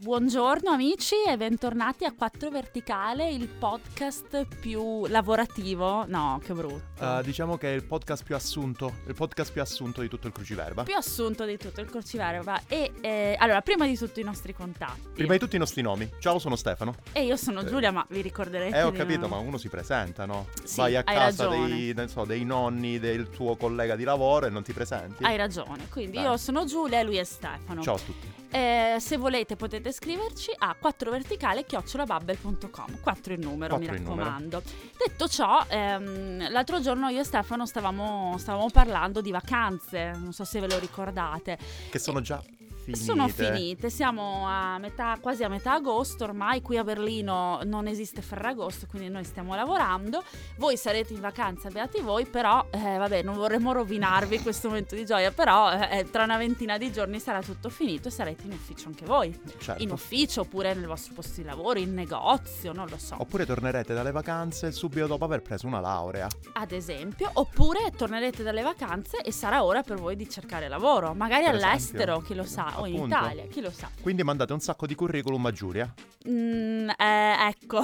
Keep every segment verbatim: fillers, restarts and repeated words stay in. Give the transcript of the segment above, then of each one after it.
Buongiorno amici e bentornati a Quattro Verticale, il podcast più lavorativo, no, che brutto. Uh, diciamo che è il podcast più assunto, il podcast più assunto di tutto il Cruciverba. Più assunto di tutto il Cruciverba. E eh, allora, prima di tutto i nostri contatti. Prima di tutti i nostri nomi. Ciao, sono Stefano. E io sono Giulia, ma vi ricorderete? Eh, ho di capito, no? ma uno si presenta, no? Sì, vai a hai casa ragione. dei, non so, dei nonni del tuo collega di lavoro e non ti presenti. Hai ragione, quindi Dai. io sono Giulia e lui è Stefano. Ciao a tutti. Eh, se volete potete scriverci a quattroverticale chiocciola babbel punto com. quattro in numero, Quattro mi in raccomando. Detto ciò, ehm, l'altro giorno io e Stefano stavamo, stavamo parlando di vacanze, non so se ve lo ricordate. Che sono già finite. Sono finite, siamo a metà, quasi a metà agosto ormai. Qui a Berlino non esiste Ferragosto, quindi noi stiamo lavorando. Voi sarete in vacanza, beati voi, però eh, vabbè, non vorremmo rovinarvi questo momento di gioia, però eh, tra una ventina di giorni sarà tutto finito e sarete in ufficio anche voi. Certo. In ufficio oppure nel vostro posto di lavoro, in negozio, non lo so. Oppure tornerete dalle vacanze subito dopo aver preso una laurea. Ad esempio, oppure tornerete dalle vacanze e sarà ora per voi di cercare lavoro, magari Per all'estero, esempio. chi lo sa, o in Appunto. Italia, chi lo sa. Quindi mandate un sacco di curriculum a Giulia. Mm, eh, ecco.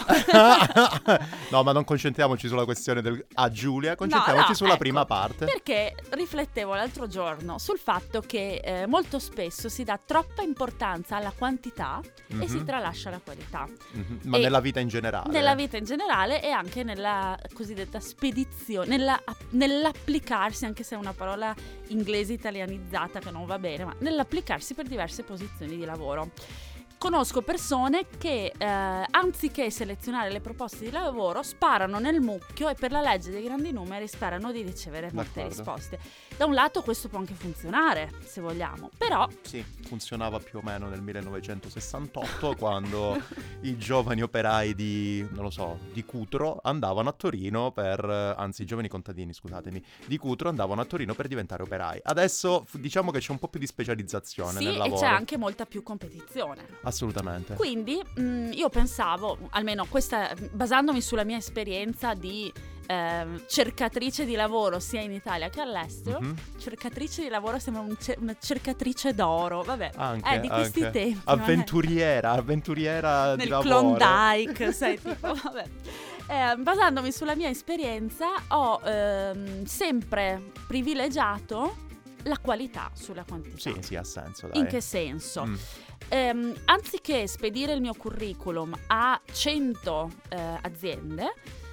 No, ma non concentriamoci sulla questione del a Giulia, concentriamoci No, no, sulla ecco, prima parte. Perché riflettevo l'altro giorno sul fatto che eh, molto spesso si dà troppa importanza alla quantità Mhm. e si tralascia la qualità. Mhm. Ma E nella vita in generale. Nella vita in generale e anche nella cosiddetta spedizione, nella, nell'applicarsi, anche se è una parola inglese italianizzata che non va bene, ma nell'applicarsi per diverse posizioni di lavoro. Conosco persone che eh, anziché selezionare le proposte di lavoro sparano nel mucchio e per la legge dei grandi numeri sperano di ricevere molte D'accordo. risposte. Da un lato questo può anche funzionare, se vogliamo, però Sì, funzionava più o meno nel millenovecentosessantotto quando i giovani operai di, non lo so, di Cutro andavano a Torino per, anzi i giovani contadini, scusatemi, di Cutro andavano a Torino per diventare operai. Adesso f- diciamo che c'è un po' più di specializzazione sì, nel e lavoro. c'è anche molta più competizione. Assolutamente. Quindi mh, io pensavo, almeno questa, basandomi sulla mia esperienza di ehm, cercatrice di lavoro sia in Italia che all'estero, Mhm. cercatrice di lavoro sembra un ce- una cercatrice d'oro, vabbè, Anche, eh, di questi anche. tempi. non è- Avventuriera, avventuriera di Nel lavoro. Klondike, sai, tipo, vabbè. Eh, basandomi sulla mia esperienza ho ehm, sempre privilegiato la qualità sulla quantità. Sì, sì, ha senso, dai. In che senso? Mm. Ehm, anziché spedire il mio curriculum a cento eh, aziende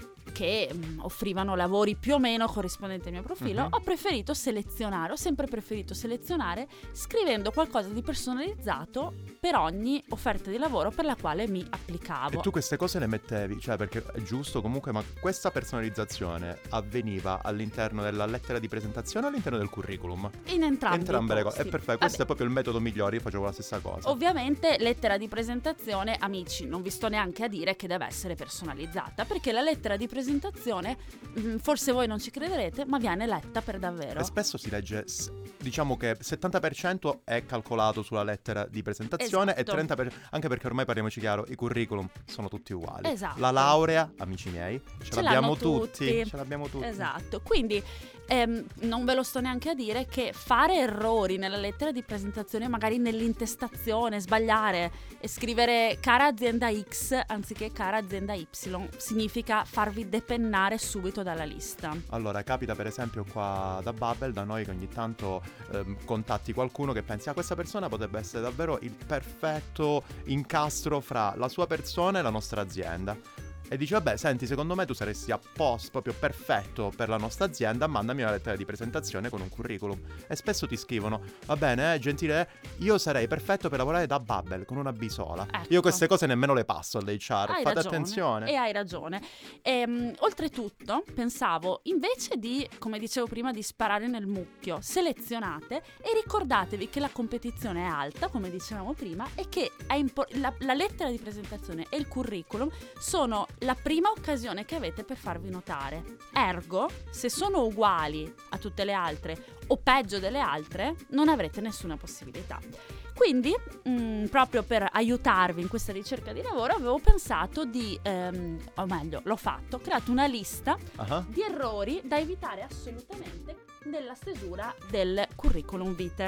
che mh, offrivano lavori più o meno corrispondenti al mio profilo, Mhm. ho preferito selezionare, ho sempre preferito selezionare scrivendo qualcosa di personalizzato per ogni offerta di lavoro per la quale mi applicavo. E tu queste cose le mettevi, cioè perché è giusto comunque, ma questa personalizzazione avveniva all'interno della lettera di presentazione o all'interno del curriculum? In entrambi, Entrambe i le cose, posti. è perfetto, questo Vabbè. è proprio il metodo migliore, io facevo la stessa cosa. Ovviamente lettera di presentazione, amici, non vi sto neanche a dire che deve essere personalizzata, perché la lettera di presentazione, mh, forse voi non ci crederete, ma viene letta per davvero. E spesso si legge, s- diciamo che settanta per cento è calcolato sulla lettera di presentazione Esatto. e trenta per cento, anche perché ormai parliamoci chiaro, i curriculum sono tutti uguali. Esatto. La laurea, amici miei, ce, Ce l'abbiamo l'hanno tutti, tutti. ce l'abbiamo tutti. Esatto, quindi ehm, non ve lo sto neanche a dire che fare errori nella lettera di presentazione, magari nell'intestazione, sbagliare e scrivere cara azienda X anziché cara azienda Y, significa farvi depennare subito dalla lista. Allora, capita per esempio qua da Babbel, da noi, che ogni tanto ehm, contatti qualcuno che pensi, ah, questa persona potrebbe essere davvero il perfetto incastro fra la sua persona e la nostra azienda. E dici, vabbè, senti, secondo me tu saresti a posto, proprio perfetto per la nostra azienda, mandami una lettera di presentazione con un curriculum. E spesso ti scrivono, va bene, eh, gentile, io sarei perfetto per lavorare da Babbel, con una B sola. Ecco. Io queste cose nemmeno le passo all'H R, Hai fate ragione, attenzione. E hai ragione. Ehm, oltretutto, pensavo, invece di, come dicevo prima, di sparare nel mucchio, selezionate e ricordatevi che la competizione è alta, come dicevamo prima, e che è impo- la, la lettera di presentazione e il curriculum sono la prima occasione che avete per farvi notare. Ergo, se sono uguali a tutte le altre o peggio delle altre, non avrete nessuna possibilità. Quindi, mh, proprio per aiutarvi in questa ricerca di lavoro, avevo pensato di, ehm, o meglio, l'ho fatto, ho creato una lista Ah, di errori da evitare assolutamente nella stesura del curriculum vitae.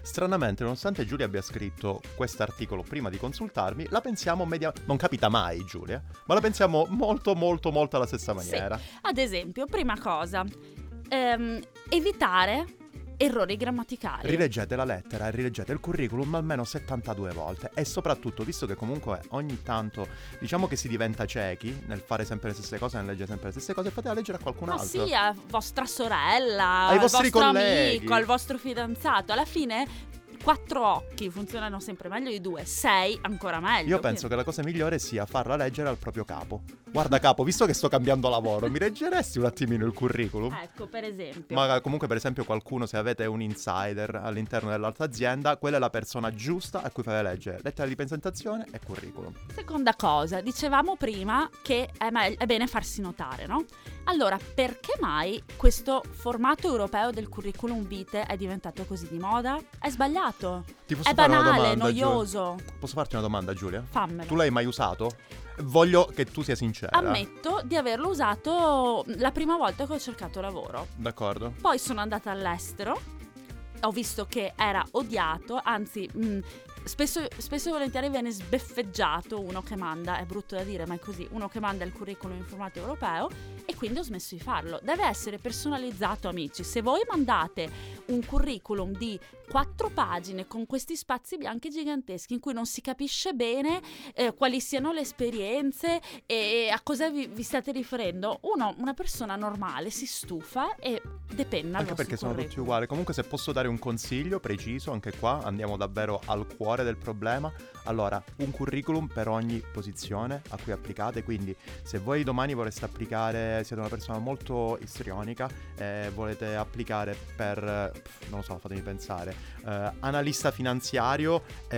Stranamente, nonostante Giulia abbia scritto quest'articolo prima di consultarmi, la pensiamo media... Non capita mai, Giulia, ma la pensiamo molto, molto, molto alla stessa maniera. Sì. Ad esempio, prima cosa, ehm, evitare errori grammaticali. Rileggete la lettera e rileggete il curriculum almeno settantadue volte e soprattutto, visto che comunque ogni tanto diciamo che si diventa ciechi nel fare sempre le stesse cose, nel leggere sempre le stesse cose, fatela leggere a qualcun Ma altro. sì, a vostra sorella, ai al vostri vostro colleghi, amico, al vostro fidanzato. Alla fine quattro occhi funzionano sempre meglio di due, sei ancora meglio. Io penso che la cosa migliore sia farla leggere al proprio capo. Guarda capo, visto che sto cambiando lavoro, mi leggeresti un attimino il curriculum? Ecco, per esempio. Ma comunque, per esempio, qualcuno, se avete un insider all'interno dell'altra azienda, quella è la persona giusta a cui fate leggere lettera di presentazione e curriculum. Seconda cosa, dicevamo prima che è, me- è bene farsi notare, no? Allora, perché mai questo formato europeo del curriculum vitae è diventato così di moda? È sbagliato. Ti posso È fare banale, una domanda, noioso. Giulia? Posso farti una domanda, Giulia? Fammelo. Tu l'hai mai usato? Voglio che tu sia sincera. Ammetto di averlo usato la prima volta che ho cercato lavoro. D'accordo. Poi sono andata all'estero, ho visto che era odiato, anzi mh, spesso, spesso e volentieri viene sbeffeggiato uno che manda, è brutto da dire ma è così, uno che manda il curriculum in formato europeo, e quindi ho smesso di farlo. Deve essere personalizzato, amici. Se voi mandate un curriculum di quattro pagine con questi spazi bianchi giganteschi in cui non si capisce bene eh, quali siano le esperienze e a cosa vi, vi state riferendo, uno, una persona normale si stufa e depenna. Anche perché sono tutti uguali. Comunque, se posso dare un consiglio preciso, anche qua andiamo davvero al cuore del problema. Allora, un curriculum per ogni posizione a cui applicate. Quindi se voi domani vorreste applicare, siete una persona molto istrionica e volete applicare per, non lo so, fatemi pensare, eh, analista finanziario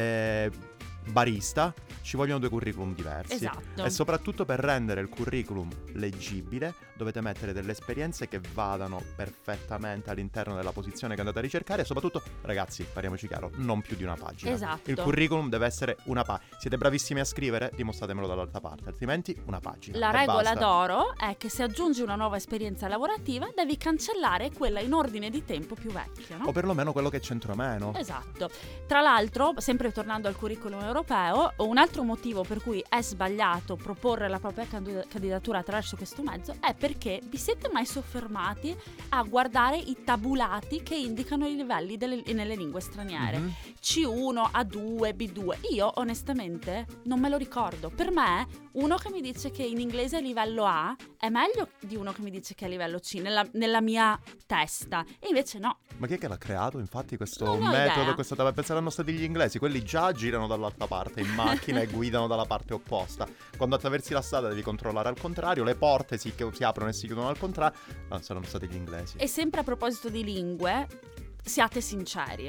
e barista, ci vogliono due curriculum diversi. Esatto. E soprattutto per rendere il curriculum leggibile dovete mettere delle esperienze che vadano perfettamente all'interno della posizione che andate a ricercare. E soprattutto, ragazzi, parliamoci chiaro, non più di una pagina. Esatto. Il curriculum deve essere una pagina. Siete bravissimi a scrivere? Dimostratemelo dall'altra parte, altrimenti una pagina. La e regola basta. d'oro è che se aggiungi una nuova esperienza lavorativa devi cancellare quella in ordine di tempo più vecchia, no? O perlomeno quello che c'entra meno. Esatto. Tra l'altro, sempre tornando al curriculum europeo, un altro motivo per cui è sbagliato proporre la propria candid- candidatura attraverso questo mezzo è perché vi siete mai soffermati a guardare i tabulati che indicano i livelli delle, nelle lingue straniere? Mm-hmm. C uno, A due, B due. Io onestamente non me lo ricordo. Per me uno che mi dice che in inglese è livello A è meglio di uno che mi dice che è livello C nella, nella mia testa. E invece no. Ma chi è che l'ha creato, infatti, questo Non ho metodo? idea. Questa tab- penseranno stati gli inglesi. Quelli già girano dall'altra parte in macchina e guidano dalla parte opposta. Quando attraversi la strada devi controllare al contrario. Le porte si, si aprono e si chiudono al contrario. No, saranno stati gli inglesi. E sempre a proposito di lingue, siate sinceri,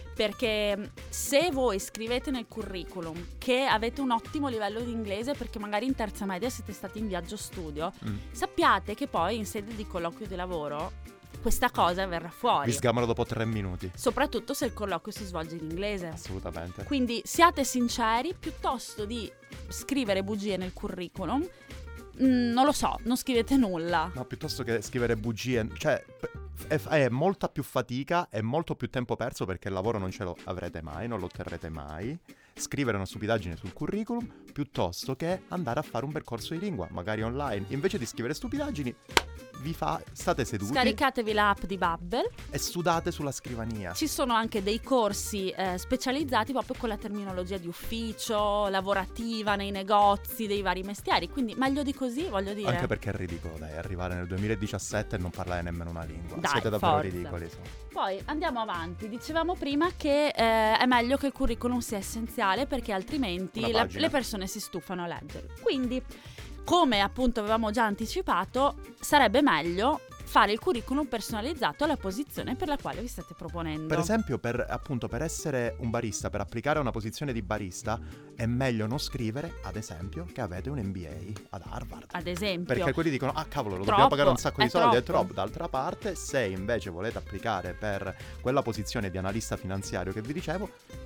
perché se voi scrivete nel curriculum che avete un ottimo livello di inglese perché magari in terza media siete stati in viaggio studio, Mm. sappiate che poi in sede di colloquio di lavoro questa cosa verrà fuori, Vi sgamano dopo tre minuti. soprattutto se il colloquio si svolge in inglese. Assolutamente. Quindi siate sinceri, piuttosto di scrivere bugie nel curriculum, mm, non lo so, non scrivete nulla. No, piuttosto che scrivere bugie, cioè p- è, è molta più fatica, è molto più tempo perso perché il lavoro non ce lo avrete mai, non lo otterrete mai. Scrivere una stupidaggine sul curriculum piuttosto che andare a fare un percorso di lingua, magari online. Invece di scrivere stupidaggini, vi fa, state seduti Scaricatevi l'app di Babbel. e sudate sulla scrivania. Ci sono anche dei corsi eh, specializzati proprio con la terminologia di ufficio, lavorativa, nei negozi, dei vari mestieri. Quindi meglio di così, voglio dire. Anche perché è ridicolo, dai, arrivare nel duemiladiciassette e non parlare nemmeno una lingua. Dai, Siete davvero forza. ridicoli. Sì. Poi andiamo avanti. Dicevamo prima che eh, è meglio che il curriculum sia essenziale perché altrimenti Una la- pagina. le persone si stufano a leggerlo. Quindi, come appunto avevamo già anticipato, sarebbe meglio fare il curriculum personalizzato alla posizione per la quale vi state proponendo. Per esempio, per appunto per essere un barista, per applicare a una posizione di barista, è meglio non scrivere, ad esempio, che avete un M B A ad Harvard. Ad esempio. Perché quelli dicono, ah cavolo, lo Troppo, dobbiamo pagare un sacco di è soldi, è troppo. troppo. D'altra parte, se invece volete applicare per quella posizione di analista finanziario che vi dicevo,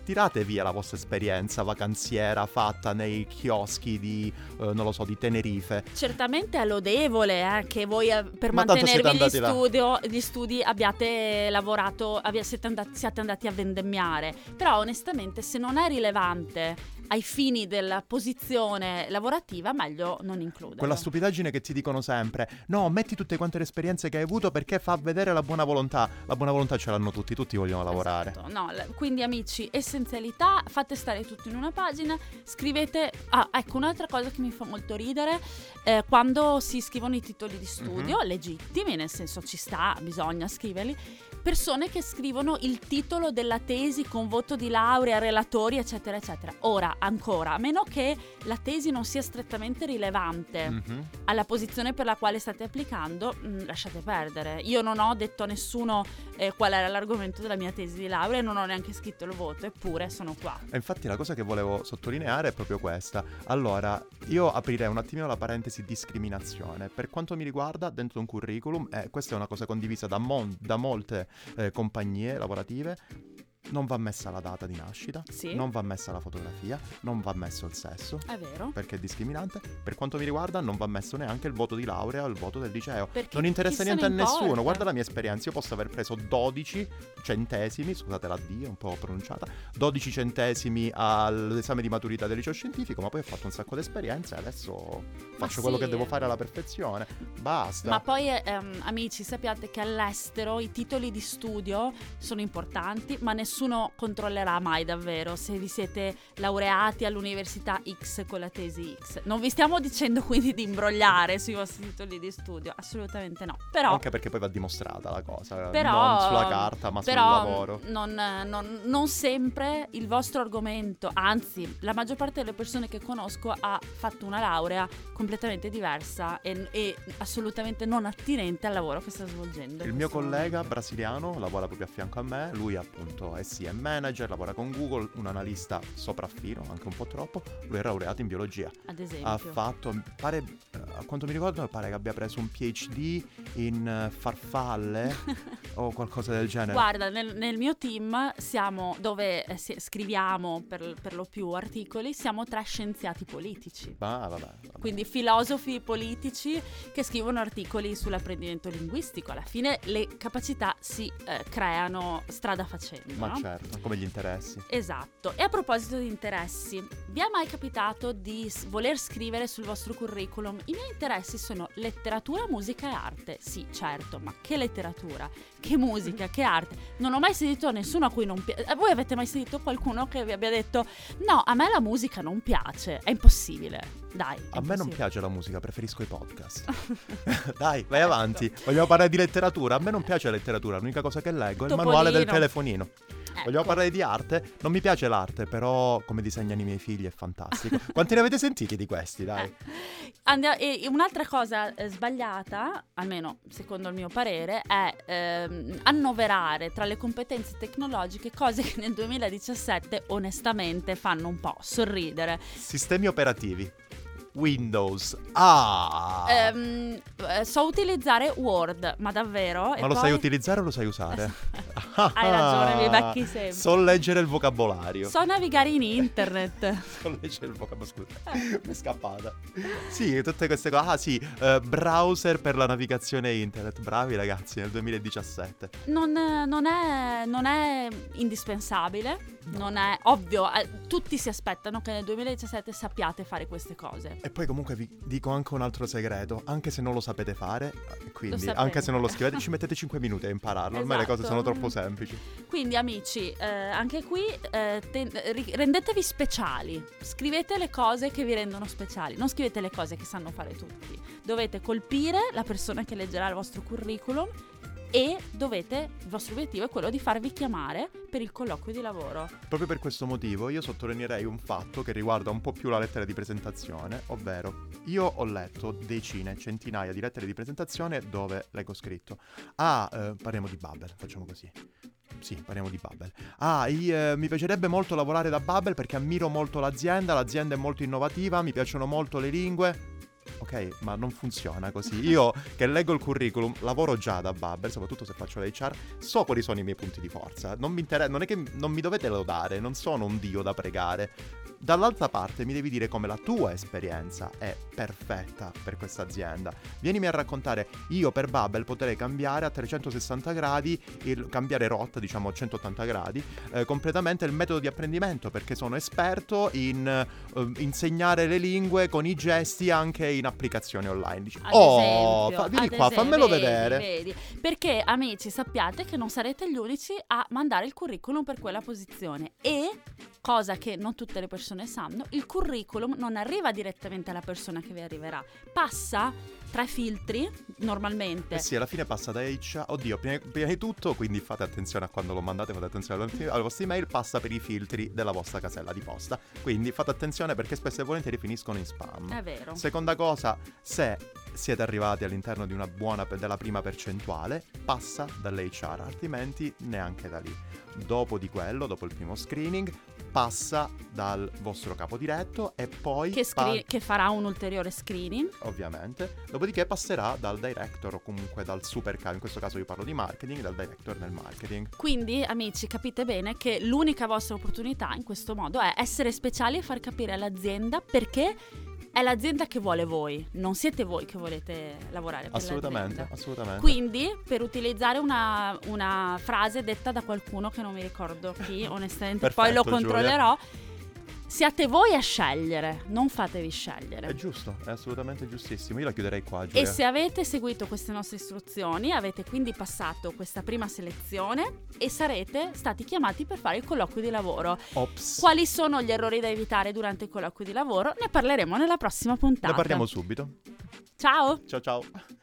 tirate via la vostra esperienza vacanziera fatta nei chioschi di, eh, non lo so, di Tenerife. Certamente è lodevole eh, che voi eh, per Ma tanto siete mantenervi gli, andati là. studio, gli studi abbiate lavorato, abbia- siete, andati, siate andati a vendemmiare, però onestamente se non è rilevante ai fini della posizione lavorativa, meglio non includerlo. Quella stupidaggine che ti dicono sempre: no, metti tutte quante le esperienze che hai avuto perché fa vedere la buona volontà. La buona volontà ce l'hanno tutti, tutti vogliono lavorare. Esatto. No, l- quindi amici, essenzialità, fate stare tutto in una pagina, scrivete. Ah, ecco, un'altra cosa che mi fa molto ridere, eh, quando si scrivono i titoli di studio, Mhm. legittimi, nel senso ci sta, bisogna scriverli, persone che scrivono il titolo della tesi con voto di laurea, relatori, eccetera, eccetera. Ora, ancora, a meno che la tesi non sia strettamente rilevante Mhm. alla posizione per la quale state applicando, mh, lasciate perdere. Io non ho detto a nessuno eh, qual era l'argomento della mia tesi di laurea e non ho neanche scritto il voto, eppure sono qua. E infatti la cosa che volevo sottolineare è proprio questa. Allora, io aprirei un attimino la parentesi discriminazione. Per quanto mi riguarda, dentro un curriculum, e questa è una cosa condivisa da, mon- da molte eh, compagnie lavorative, non va messa la data di nascita, Sì. non va messa la fotografia, non va messo il sesso, È vero. perché è discriminante. Per quanto mi riguarda non va messo neanche il voto di laurea o il voto del liceo. Perché Non interessa chi se niente ne a nessuno. importa? Guarda la mia esperienza, io posso aver preso dodici centesimi, scusate la D, è un po' pronunciata, dodici centesimi all'esame di maturità del liceo scientifico, ma poi ho fatto un sacco di esperienze e adesso faccio sì. quello che devo fare alla perfezione. Basta. Ma poi, ehm, amici, sappiate che all'estero i titoli di studio sono importanti, ma nessuno controllerà mai davvero se vi siete laureati all'università X con la tesi X. Non vi stiamo dicendo quindi di imbrogliare sui vostri titoli di studio, assolutamente no. Però, Anche perché poi va dimostrata la cosa, però non sulla carta ma però sul lavoro. Non, non, non sempre il vostro argomento, anzi la maggior parte delle persone che conosco ha fatto una laurea completamente diversa e, e assolutamente non attinente al lavoro che sta svolgendo. Il mio collega brasiliano lavora proprio a fianco a me, lui appunto è S M manager, lavora con Google, un analista sopraffino, anche un po' troppo, lui è laureato in biologia. Ad esempio. Ha fatto, pare, a quanto mi ricordo, pare che abbia preso un P H D in eh, farfalle o qualcosa del genere. Guarda, nel, nel mio team siamo, dove eh, si- scriviamo per, per lo più articoli, siamo tre scienziati politici. Ah, vabbè, vabbè. Quindi filosofi politici che scrivono articoli sull'apprendimento linguistico. Alla fine le capacità si eh, creano strada facendo, Ma no? certo, come gli interessi. Esatto. E a proposito di interessi, vi è mai capitato di s- voler scrivere sul vostro curriculum: i miei interessi sono letteratura, musica e arte? Sì, certo, ma che letteratura, che musica, che arte? Non ho mai sentito nessuno a cui non piace. Voi avete mai sentito qualcuno che vi abbia detto: no, a me la musica non piace? È impossibile. Dai. è A me non impossibile. piace la musica, preferisco i podcast. Dai, vai avanti. Vogliamo parlare di letteratura? A me non piace la letteratura, l'unica cosa che leggo è il manuale del Topolino. telefonino. Ecco. Vogliamo parlare di arte? Non mi piace l'arte, però come disegnano i miei figli è fantastico. Quanti ne avete sentiti di questi, dai? Eh. Andia- e e un'altra cosa eh, sbagliata, almeno secondo il mio parere, è ehm, annoverare tra le competenze tecnologiche cose che nel duemiladiciassette onestamente fanno un po' sorridere. Sistemi operativi. Windows. Ah! Ehm, eh, so utilizzare Word, ma davvero? E Ma lo poi- sai utilizzare o lo sai usare? Hai ragione, mi becchi sempre. So leggere il vocabolario. So navigare in internet. So leggere il vocabolario, scusa, mi è scappata. Sì, tutte queste cose. Ah sì, eh, browser per la navigazione internet. Bravi ragazzi, nel duemiladiciassette. Non, non è, non è indispensabile, non è ovvio, eh, tutti si aspettano che nel duemiladiciassette sappiate fare queste cose. E poi comunque vi dico anche un altro segreto, anche se non lo sapete fare, quindi sapete. anche se non lo scrivete ci mettete cinque minuti a impararlo, ormai le cose Esatto. sono troppo semplici. Quindi amici, eh, anche qui eh, ten- ri- rendetevi speciali, scrivete le cose che vi rendono speciali, non scrivete le cose che sanno fare tutti. Dovete colpire la persona che leggerà il vostro curriculum e dovete, il vostro obiettivo è quello di farvi chiamare per il colloquio di lavoro. Proprio per questo motivo io sottolineerei un fatto che riguarda un po' più la lettera di presentazione, ovvero io ho letto decine, centinaia di lettere di presentazione dove leggo scritto: ah, eh, parliamo di Babbel, facciamo così. Sì, parliamo di Babbel. Ah, io, eh, mi piacerebbe molto lavorare da Babbel perché ammiro molto l'azienda, l'azienda è molto innovativa, mi piacciono molto le lingue. ok? Ma non funziona così. Io che leggo il curriculum, lavoro già da Bubble, soprattutto se faccio l'H R, so quali sono i miei punti di forza. Non mi inter- non è che non mi dovete lodare, non sono un dio da pregare. Dall'altra parte mi devi dire come la tua esperienza è perfetta per questa azienda. Vienimi a raccontare, io per Bubble potrei cambiare a trecentosessanta gradi, il, cambiare rotta, diciamo a centottanta gradi, eh, completamente il metodo di apprendimento, perché sono esperto in eh, insegnare le lingue con i gesti anche in applicazioni online. Dici, Ad oh, esempio, fa, vieni ad qua, esempio, fammelo vedi, vedere. vedi. Perché, amici, sappiate che non sarete gli unici a mandare il curriculum per quella posizione. E, cosa che non tutte le persone sanno, il curriculum non arriva direttamente alla persona che vi arriverà, passa tra filtri normalmente. Eh sì, alla fine passa da H R. Oddio, prima, prima di tutto, quindi fate attenzione a quando lo mandate, fate attenzione alle, alle vostre email, passa per i filtri della vostra casella di posta. Quindi fate attenzione perché spesso e volentieri finiscono in spam. È vero. Seconda cosa, se siete arrivati all'interno di una buona, della prima percentuale, passa dall'H R, altrimenti neanche da lì. Dopo di quello, dopo il primo screening, passa dal vostro capo diretto e poi Che, screen- pa- che farà un ulteriore screening. ovviamente, dopodiché passerà dal director o comunque dal super capo, in questo caso io parlo di marketing, dal director nel marketing. Quindi, amici, capite bene che l'unica vostra opportunità in questo modo è essere speciali e far capire all'azienda perché è l'azienda che vuole voi, non siete voi che volete lavorare per Assolutamente, l'azienda. assolutamente. Quindi, per utilizzare una, una frase detta da qualcuno che non mi ricordo chi, onestamente, poi lo Perfetto, controllerò, siate voi a scegliere, non fatevi scegliere. È giusto, è assolutamente giustissimo. Io la chiuderei qua, Giulia. E se avete seguito queste nostre istruzioni, avete quindi passato questa prima selezione e sarete stati chiamati per fare il colloquio di lavoro. Ops. Quali sono gli errori da evitare durante il colloquio di lavoro? Ne parleremo nella prossima puntata. Ne parliamo subito. Ciao! Ciao ciao.